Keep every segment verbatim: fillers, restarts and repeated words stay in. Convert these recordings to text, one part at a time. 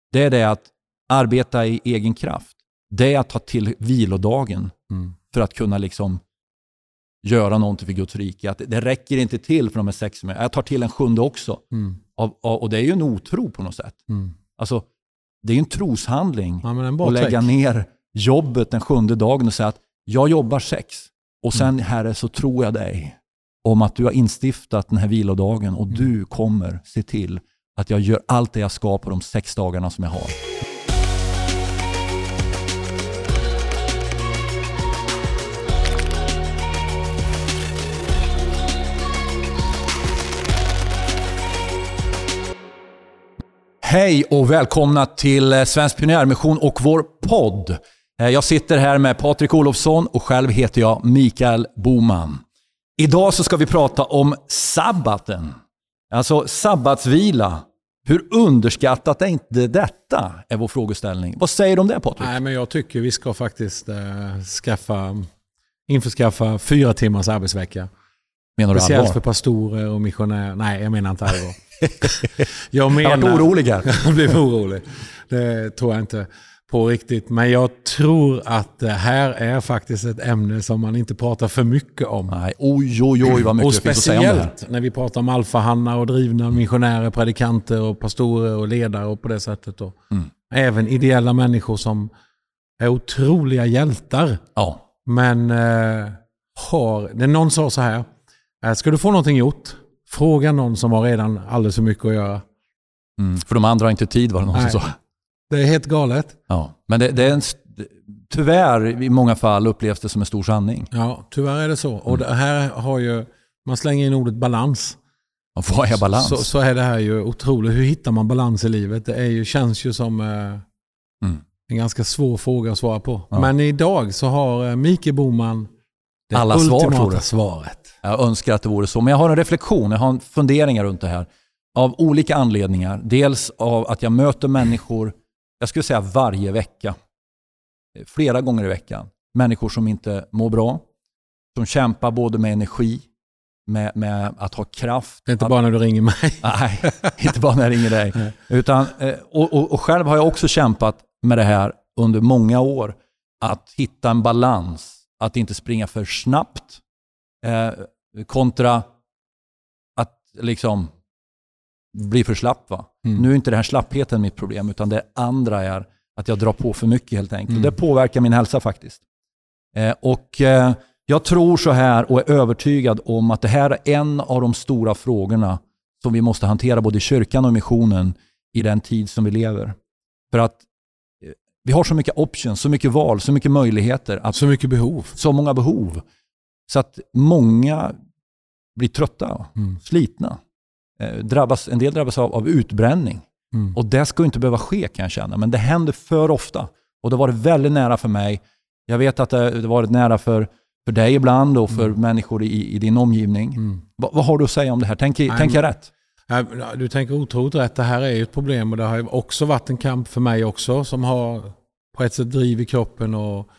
Det är det att arbeta i egen kraft. Det är att ta till vilodagen mm. för att kunna liksom göra någonting för Guds rike. Att det räcker inte till för de här sex med. Jag tar till en sjunde också. Mm. Och, och, och det är ju en otro på något sätt. Mm. Alltså, det är ju en troshandling ja, att lägga ner jobbet den sjunde dagen och säga att jag jobbar sex. Och sen, mm. Herre, så tror jag dig om att du har instiftat den här vilodagen och mm. du kommer se till att jag gör allt det jag ska på de sex dagarna som jag har. Hej och välkomna till Svensk Pionjärmission och vår podd. Jag sitter här med Patrik Olofsson och själv heter jag Mikael Boman. Idag så ska vi prata om sabbaten. Alltså sabbatsvila. Hur underskattat är inte detta är vår frågeställning. Vad säger du om det, Patrik? Nej, men jag tycker vi ska faktiskt äh, skaffa, införskaffa fyra timmars arbetsvecka. Menar du speciellt allvar? För pastorer och missionärer. Nej, jag menar inte allvar. jag menar... Jag har varit orolig här. Jag blev orolig. Det tror jag inte på riktigt. Men jag tror att det här är faktiskt ett ämne som man inte pratar för mycket om. Nej, oj, oj, oj, vad mycket och det finns att säga om det här. speciellt när vi pratar om alfahannar och drivna missionärer, predikanter och pastorer och ledare och på det sättet. Då. Mm. Även ideella människor som är otroliga hjältar. Ja. Men eh, har... Det är någon sa så här. Ska du få någonting gjort? Fråga någon som har redan alldeles för mycket att göra. Mm, för de andra har inte tid, var det någon som sa. Det är helt galet. Ja, men det, det är en, tyvärr i många fall upplevs det som en stor sanning. Ja, tyvärr är det så. Och det här har ju, man slänger in ordet balans. Och vad är balans? Så, så är det här ju otroligt. Hur hittar man balans i livet? Det är ju, känns ju som eh, mm. en ganska svår fråga att svara på. Ja. Men idag så har eh, Mikael Boman det alla ultimata svar, tror du? svaret. Jag önskar att det vore så. Men jag har en reflektion, jag har funderingar runt det här. Av olika anledningar. Dels av att jag möter människor, jag skulle säga varje vecka. Flera gånger i veckan. Människor som inte mår bra. Som kämpar både med energi, med, med att ha kraft. Det är inte att, bara när du ringer mig. Nej, inte bara när jag ringer dig. Utan, och, och, och själv har jag också kämpat med det här under många år. Att hitta en balans. Att inte springa för snabbt. Eh, kontra att liksom bli för slapp. Va? Mm. Nu är inte det här slappheten mitt problem, utan det andra är att jag drar på för mycket helt enkelt. Mm. Det påverkar min hälsa faktiskt. Eh, och eh, jag tror så här och är övertygad om att det här är en av de stora frågorna som vi måste hantera både i kyrkan och missionen i den tid som vi lever. För att eh, vi har så mycket options, så mycket val, så mycket möjligheter. Att, så mycket behov. Så många behov. Så att många blir trötta, mm. slitna. Eh, drabbas, en del drabbas av, av utbränning. Mm. Och det ska inte behöva ske, kan jag känna. Men det händer för ofta. Och det var väldigt nära för mig. Jag vet att det, det varit nära för, för dig ibland och för mm. människor i, i din omgivning. Mm. Va, vad har du att säga om det här? Tänker tänk jag rätt? Du tänker otroligt rätt. Det här är ju ett problem och det har också varit en kamp för mig också som har på ett sätt driv i kroppen och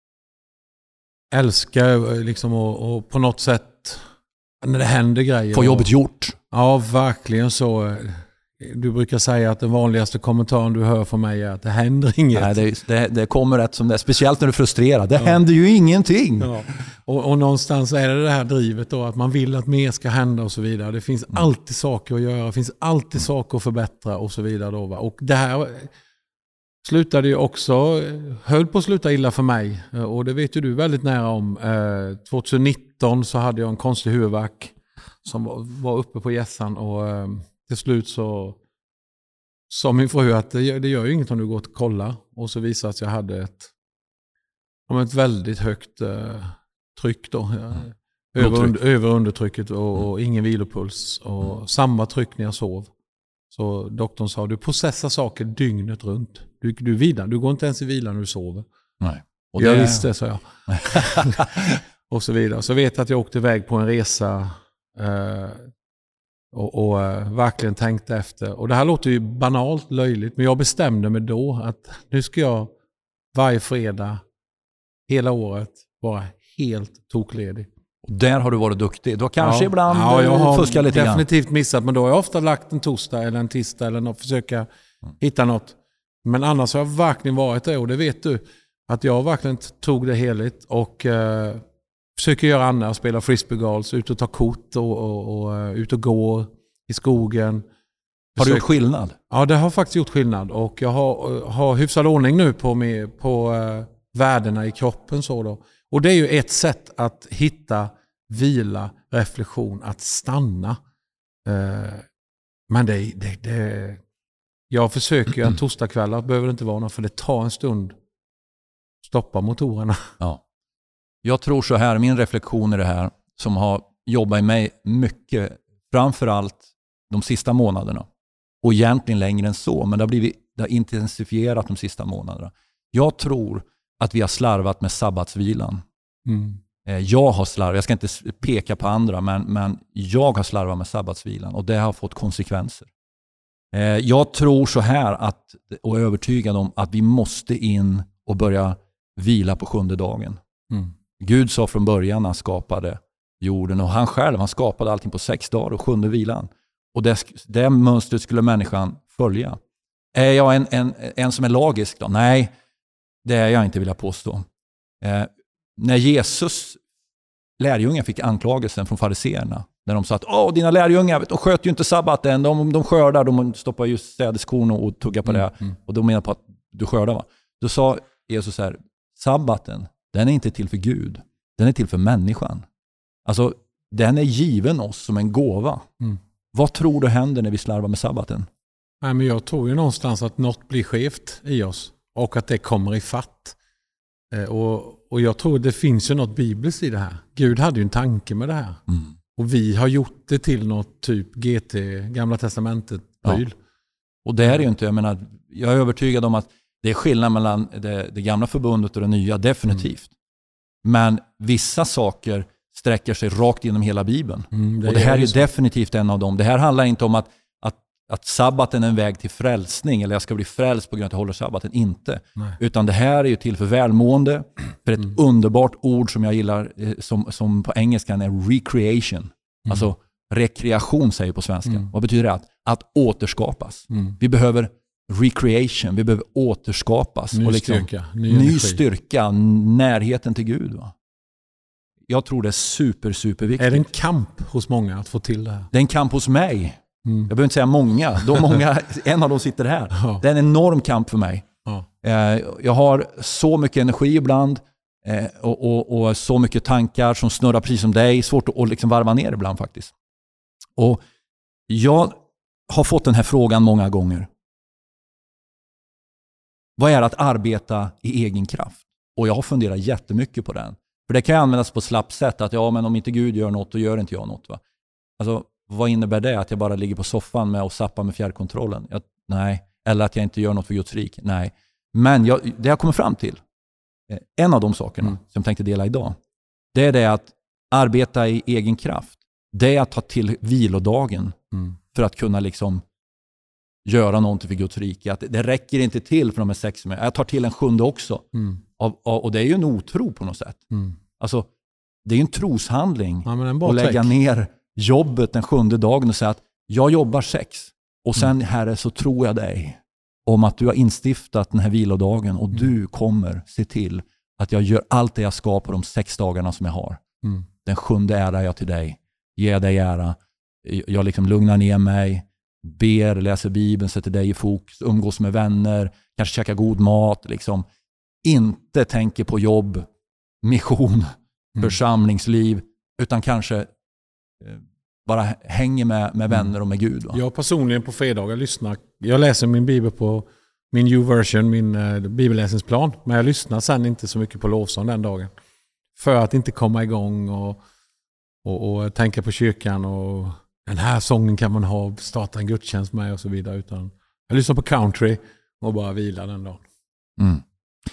älskar liksom och, och på något sätt när det händer grejer. Få jobbet gjort. Ja, verkligen så. Du brukar säga att den vanligaste kommentaren du hör från mig är att det händer inget. Nej, det, det, det kommer rätt som det är. Speciellt när du är frustrerad. Det ja. händer ju ingenting. Ja. Och, och någonstans är det det här drivet då att man vill att mer ska hända och så vidare. Det finns mm. alltid saker att göra. Det finns alltid mm. saker att förbättra och så vidare. Då, va? Och det här slutade ju också, höll på att sluta illa för mig. Och det vet ju du väldigt nära om. Eh, tjugonitton så hade jag en konstig huvudvärk som var, var uppe på gässan och eh, till slut så sa min fru att det, det gör ju inget om du går och kollar. Och så visade att jag hade ett, ett väldigt högt eh, tryck då. Mm. Över, under, över undertrycket och, mm. och ingen vilopuls. Och mm. samma tryck när jag sov. Så doktorn sa, du processar saker dygnet runt. Du, du, vilar, du går inte ens i vila när du sover. Nej. Och jag det... visste det, sa jag. och så vidare. Så vet jag att jag åkte iväg på en resa eh, och, och uh, verkligen tänkte efter. Och det här låter ju banalt löjligt, men jag bestämde mig då att nu ska jag varje fredag hela året vara helt tokledig. Och där har du varit duktig. Du har kanske ja. ibland ja, jag har fuskat lite definitivt grann. missat, men då har jag ofta lagt en torsdag eller en tisdag eller något, försöka mm. hitta något. Men annars har jag verkligen varit det, och det vet du. Att jag verkligen tog det heligt och eh, försöker göra annat. Spela frisbeegolf, ut och ta kort och, och, och uh, ut och gå i skogen. Har du gjort skillnad? Ja, det har faktiskt gjort skillnad. Och jag har, har hyfsad ordning nu på, med, på uh, värdena i kroppen. Så då. Och det är ju ett sätt att hitta vila, reflektion, att stanna. Uh, men det, det, det... Jag försöker en torsdagskvällar, behöver det inte vara något, för det tar en stund. Stoppa motorerna. Ja. Jag tror så här, min reflektion är det här som har jobbat i mig mycket, framförallt de sista månaderna. Och egentligen längre än så, men det har blivit det har intensifierat de sista månaderna. Jag tror att vi har slarvat med sabbatsvilan. Mm. Jag har slarvat, jag ska inte peka på andra, men, men jag har slarvat med sabbatsvilan och det har fått konsekvenser. Jag tror så här att, och är övertygad om att vi måste in och börja vila på sjunde dagen. Mm. Gud sa från början när han skapade jorden, och han själv, han skapade allting på sex dagar och sjunde vilan. Och det, det mönstret skulle människan följa. Är jag en, en, en som är lagisk då? Nej, det är jag inte, vill jag påstå. Eh, när Jesus lärjungar fick anklagelsen från fariseerna, när de sa att Åh, dina lärjungar, de sköter ju inte sabbaten, de, de skördar, de stoppar just sädeskorn och tuggar på mm, det. Mm. Och de menar på att du skördar, va? Då sa Jesus så här, sabbaten, den är inte till för Gud, den är till för människan. Alltså, den är given oss som en gåva. Mm. Vad tror du händer när vi slarvar med sabbaten? Nej, men jag tror ju någonstans att något blir skevt i oss och att det kommer i fatt. Eh, och, och jag tror det finns ju något bibliskt i det här. Gud hade ju en tanke med det här. Mm. Och vi har gjort det till något typ G T, Gamla Testamentet, pryl. Ja. Och det är ju inte, jag menar, jag är övertygad om att det är skillnad mellan det, det gamla förbundet och det nya, definitivt. Mm. Men vissa saker sträcker sig rakt genom hela Bibeln. Mm, det och det här är ju så. Definitivt en av dem. Det här handlar inte om att, att, att sabbaten är en väg till frälsning, eller jag ska bli frälst på grund av att jag håller sabbaten, inte. Nej. Utan det här är ju till för välmående, för ett mm. underbart ord som jag gillar, som, som på engelskan är recreation. Mm. Alltså rekreation säger på svenska. Mm. Vad betyder det? Att, att återskapas. Mm. Vi behöver recreation, vi behöver återskapas. Ny och liksom, styrka. Ny, ny styrka, närheten till Gud, va? Jag tror det är super, super viktigt. Är det en kamp hos många att få till det här? Det är en kamp hos mig. Mm. Jag behöver inte säga många. De många en av dem sitter här. Ja. Det är en enorm kamp för mig. Ja. Jag har så mycket energi ibland och, och, och så mycket tankar som snurrar precis som dig. Svårt att liksom varva ner ibland faktiskt. Och jag har fått den här frågan många gånger. Vad är att arbeta i egen kraft? Och jag har funderat jättemycket på den. För det kan användas på slapp sätt, att ja, men om inte Gud gör något, då gör inte jag något, va? Alltså, vad innebär det? Att jag bara ligger på soffan med och zappar med fjärrkontrollen? Jag, nej. Eller att jag inte gör något för Guds rik? Nej. Men jag, det jag kommer fram till, en av de sakerna mm. som jag tänkte dela idag, det är det att arbeta i egen kraft. Det är att ta till vilodagen mm. för att kunna liksom göra någonting för Guds rike. Att det räcker inte till för de här sex med. Jag tar till en sjunde också. Mm. Och, och, och det är ju en otro på något sätt. Mm. Alltså, det är ju en troshandling ja, att lägga ner jobbet den sjunde dagen och säga att jag jobbar sex. Och sen, mm. Herre, så tror jag dig om att du har instiftat den här vilodagen och mm. du kommer se till att jag gör allt det jag ska på de sex dagarna som jag har. Mm. Den sjunde ära jag till dig. Ge dig ära. Jag liksom lugnar ner mig, ber, läser Bibeln, sätter dig i fokus, umgås med vänner, kanske käka god mat, liksom. Inte tänker på jobb, mission, mm. församlingsliv, utan kanske eh, bara hänger med, med vänner och med Gud. Va? Jag personligen på fredagar lyssnar, jag läser min bibel på min new version, min eh, bibelläsningsplan, men jag lyssnar sen inte så mycket på lovsång den dagen. För att inte komma igång och, och, och tänka på kyrkan och den här sången kan man ha, starta en gudstjänst med och så vidare. Utan jag lyssnar på country och bara vila den dagen. Mm.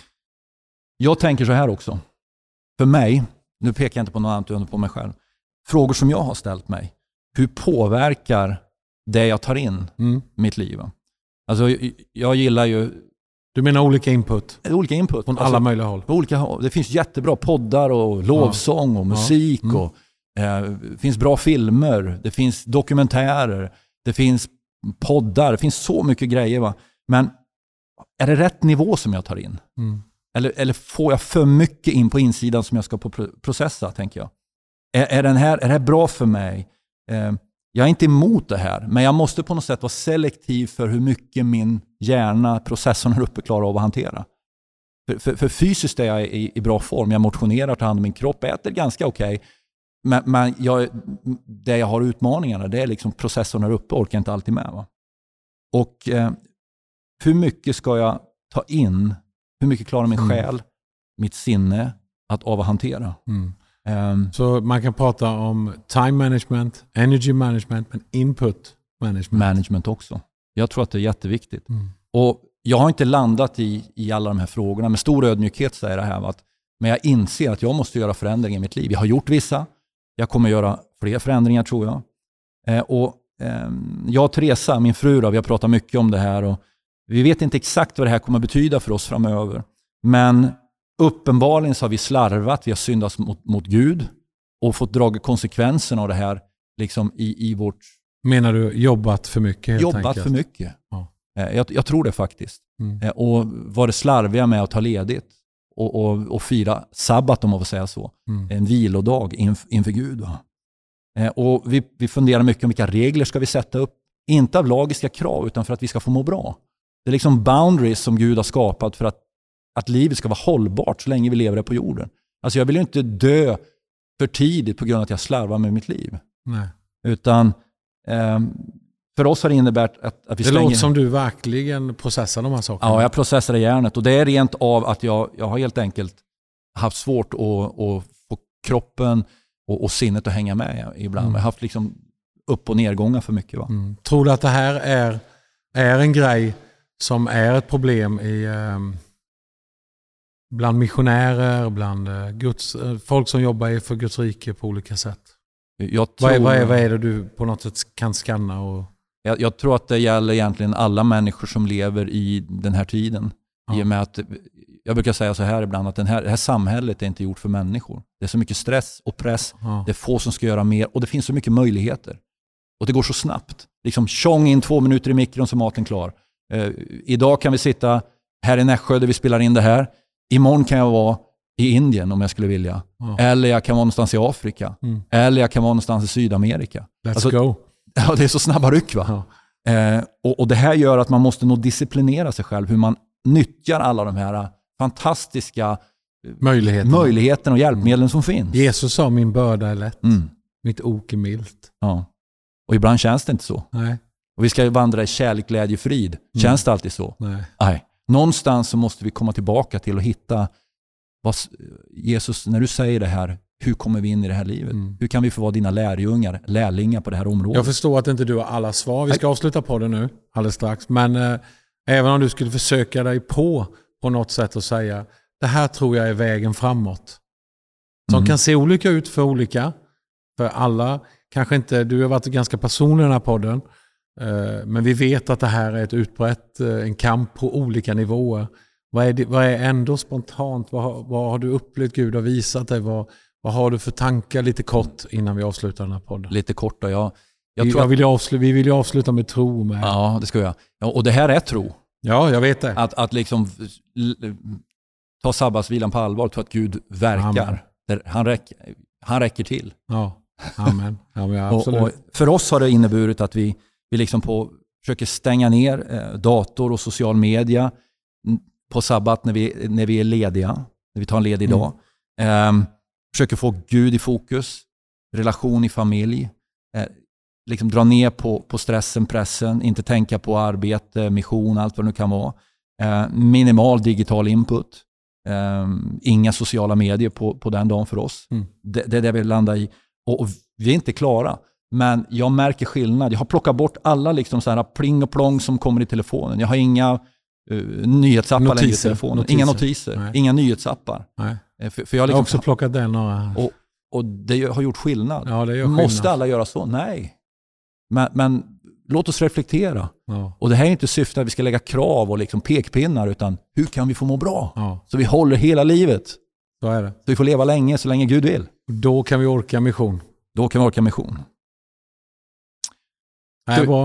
Jag tänker så här också. För mig, nu pekar jag inte på något annat utan på mig själv. Frågor som jag har ställt mig. Hur påverkar det jag tar in mm. mitt liv? Alltså jag gillar ju... Du menar olika input? Olika input. Från alltså, alla möjliga håll? Olika, det finns jättebra poddar och lovsång och musik. Ja. Mm. Och eh, det finns bra filmer. Det finns dokumentärer. Det finns poddar. Det finns så mycket grejer. Va? Men är det rätt nivå som jag tar in? Mm. Eller, eller får jag för mycket in på insidan som jag ska på processa, tänker jag. Är, är, den här, är det här bra för mig? Eh, jag är inte emot det här, men jag måste på något sätt vara selektiv för hur mycket min hjärna, processorn här uppe klarar av att hantera. För, för, för fysiskt är jag i, i bra form. Jag motionerar, tar hand om min kropp, äter ganska okej. Okay. Men, men jag, det jag har utmaningarna, det är liksom processorn här uppe, orkar inte alltid med. Va? Och eh, hur mycket ska jag ta in? Hur mycket klarar min mm. själ, mitt sinne att av att hantera? Mm. Um, Så man kan prata om time management, energy management, men input management. Management också. Jag tror att det är jätteviktigt. Mm. Och jag har inte landat i, i alla de här frågorna. Med stor ödmjukhet säger det här. Att, men jag inser att jag måste göra förändringar i mitt liv. Jag har gjort vissa. Jag kommer göra fler förändringar, tror jag. Eh, och eh, jag och Teresa, min fru, då, vi har pratat mycket om det här. Och vi vet inte exakt vad det här kommer betyda för oss framöver. Men uppenbarligen så har vi slarvat, vi har syndat mot, mot Gud och fått dra konsekvenserna av det här liksom i, i vårt... Menar du jobbat för mycket? Helt jobbat enkelt. för mycket. Ja. Jag, jag tror det faktiskt. Mm. Och var det slarviga med att ta ledigt och, och, och fira sabbat, om man får säga så. Mm. En vilodag inf, inför Gud. Va? Och vi, vi funderar mycket om vilka regler ska vi sätta upp. Inte av lagiska krav, utan för att vi ska få må bra. Det är liksom boundaries som Gud har skapat för att, att livet ska vara hållbart så länge vi lever här på jorden. Alltså jag vill ju inte dö för tidigt på grund av att jag slarvar med mitt liv. Nej. Utan eh, för oss har det innebärt att, att vi det stänger... låter som du verkligen processar de här sakerna. Ja, jag processar i hjärnet. Och det är rent av att jag, jag har helt enkelt haft svårt att, att få kroppen och, och sinnet att hänga med ibland. Mm. Jag har haft liksom upp- och nedgångar för mycket. Va? Mm. Tror du att det här är, är en grej som är ett problem i, eh, bland missionärer, bland eh, Guds, eh, folk som jobbar för Guds rike på olika sätt? Jag tror, vad, är, vad, är, vad är det du på något sätt kan skanna? Och... Jag, jag tror att det gäller egentligen alla människor som lever i den här tiden. Ja. I och med att, jag brukar säga så här ibland, att den här, det här samhället är inte gjort för människor. Det är så mycket stress och press. Ja. Det är få som ska göra mer och det finns så mycket möjligheter. Och det går så snabbt. Liksom tjong in två minuter i mikron så maten klar. Uh, idag kan vi sitta här i Nässjö där vi spelar in det här. Imorgon kan jag vara i Indien om jag skulle vilja. Ja. Eller jag kan vara någonstans i Afrika. Mm. Eller jag kan vara någonstans i Sydamerika. Let's alltså, go. Ja, det är så snabba ryck, va? Ja. Eh, och, och det här gör att man måste nog disciplinera sig själv. Hur man nyttjar alla de här fantastiska möjligheterna, möjligheterna och hjälpmedlen mm. som finns. Jesus sa, min börda är lätt. Mm. Mitt ok är milt. Ja. Och ibland känns det inte så. Nej. Och vi ska vandra i kärlek, glädje, frid. Mm. Känns det alltid så? Nej. Nej. Någonstans så måste vi komma tillbaka till och hitta vad, Jesus, när du säger det här, hur kommer vi in i det här livet? Mm. Hur kan vi få vara dina lärjungar, lärlingar på det här området? Jag förstår att inte du har alla svar. Vi ska Nej. avsluta på det nu alldeles strax. Men eh, även om du skulle försöka dig på på något sätt och säga, det här tror jag är vägen framåt. Som mm. kan se olika ut för olika. För alla, kanske inte, du har varit ganska personlig i den här podden. Eh, men vi vet att det här är ett utbrett, eh, en kamp på olika nivåer. Vad är, det, vad är ändå spontant? Vad har, vad har du upplevt Gud har visat dig? Vad, vad har du för tankar lite kort innan vi avslutar den här podden? Lite kort då, jag, jag vi, tror jag vill avsluta, vi vill ju avsluta med tro. Med. Ja, det ska jag. Ja, och det här är tro. Ja, jag vet det. Att, att liksom ta sabbatsvilan på allvar, för att Gud verkar. Där han, räcker, han räcker till. Ja, amen. Ja, men absolut. och, och för oss har det inneburit att vi, vi liksom på, försöker stänga ner eh, dator och social media på sabbat när vi, när vi är lediga, när vi tar en ledig dag. Mm. Eh, försöker få Gud i fokus, relation i familj, eh, liksom dra ner på, på stressen, pressen, inte tänka på arbete, mission, allt vad det nu kan vara. Eh, minimal digital input, eh, inga sociala medier på, på den dagen för oss. Mm. Det, det är det vi landar i. Och, och vi är inte klara. Men jag märker skillnad. Jag har plockat bort alla liksom så här pling och plong som kommer i telefonen. Jag har inga Uh, nyhetsappar notiser, längre i telefonen. Notiser. Inga notiser. Nej. Inga nyhetsappar. Nej. För, för jag, liksom, jag har också plockat den. Och, och, och det har gjort skillnad. Ja, det gör Måste skillnad. alla göra så? Nej. Men, men låt oss reflektera. Ja. Och det här är inte syftet att vi ska lägga krav och liksom pekpinnar, utan hur kan vi få må bra? Ja. Så vi håller hela livet. Så är det. Så vi får leva länge, så länge Gud vill. Då kan vi orka mission. Då kan vi orka mission. Nej, bra.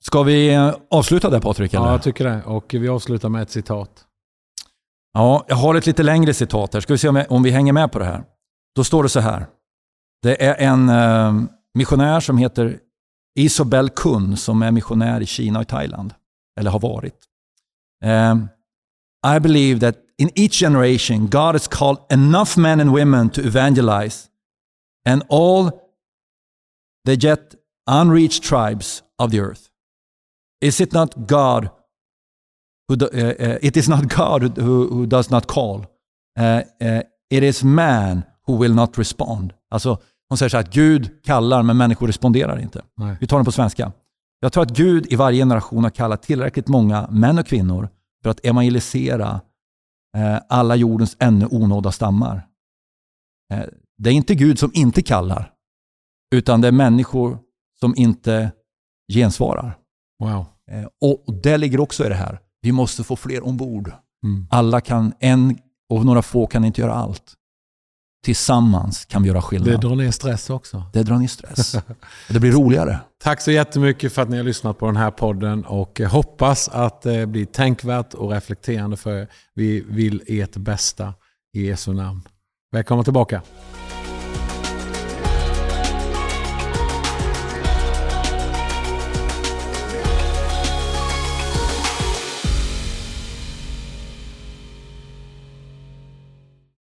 Ska vi avsluta där, Patrik? Eller? Ja, jag tycker det. Och vi avslutar med ett citat. Ja, jag har ett lite längre citat här. Ska vi se om vi, om vi hänger med på det här. Då står det så här. Det är en eh, missionär som heter Isobel Kun som är missionär i Kina och Thailand. Eller har varit. Um, I believe that in each generation God has called enough men and women to evangelize and all the yet unreached tribes of the earth. Is it not God who do, uh, uh, it is not God who, who does not call. Uh, uh, it is man who will not respond. Alltså, hon säger så här att Gud kallar men människor responderar inte. Nej. Vi tar den på svenska. Jag tror att Gud i varje generation har kallat tillräckligt många män och kvinnor för att evangelisera eh, alla jordens ännu onådda stammar. Eh, det är inte Gud som inte kallar, utan det är människor som inte gensvarar. Wow. Eh, och, och det ligger också i det här. Vi måste få fler ombord. Mm. Alla kan, en och några få kan inte göra allt. Tillsammans kan vi göra skillnad. Det drar ner stress också. Det drar ner stress. Och det blir roligare. Tack så jättemycket för att ni har lyssnat på den här podden och hoppas att det blir tänkvärt och reflekterande för er. Vi vill ert bästa i Jesu namn. Välkomna tillbaka.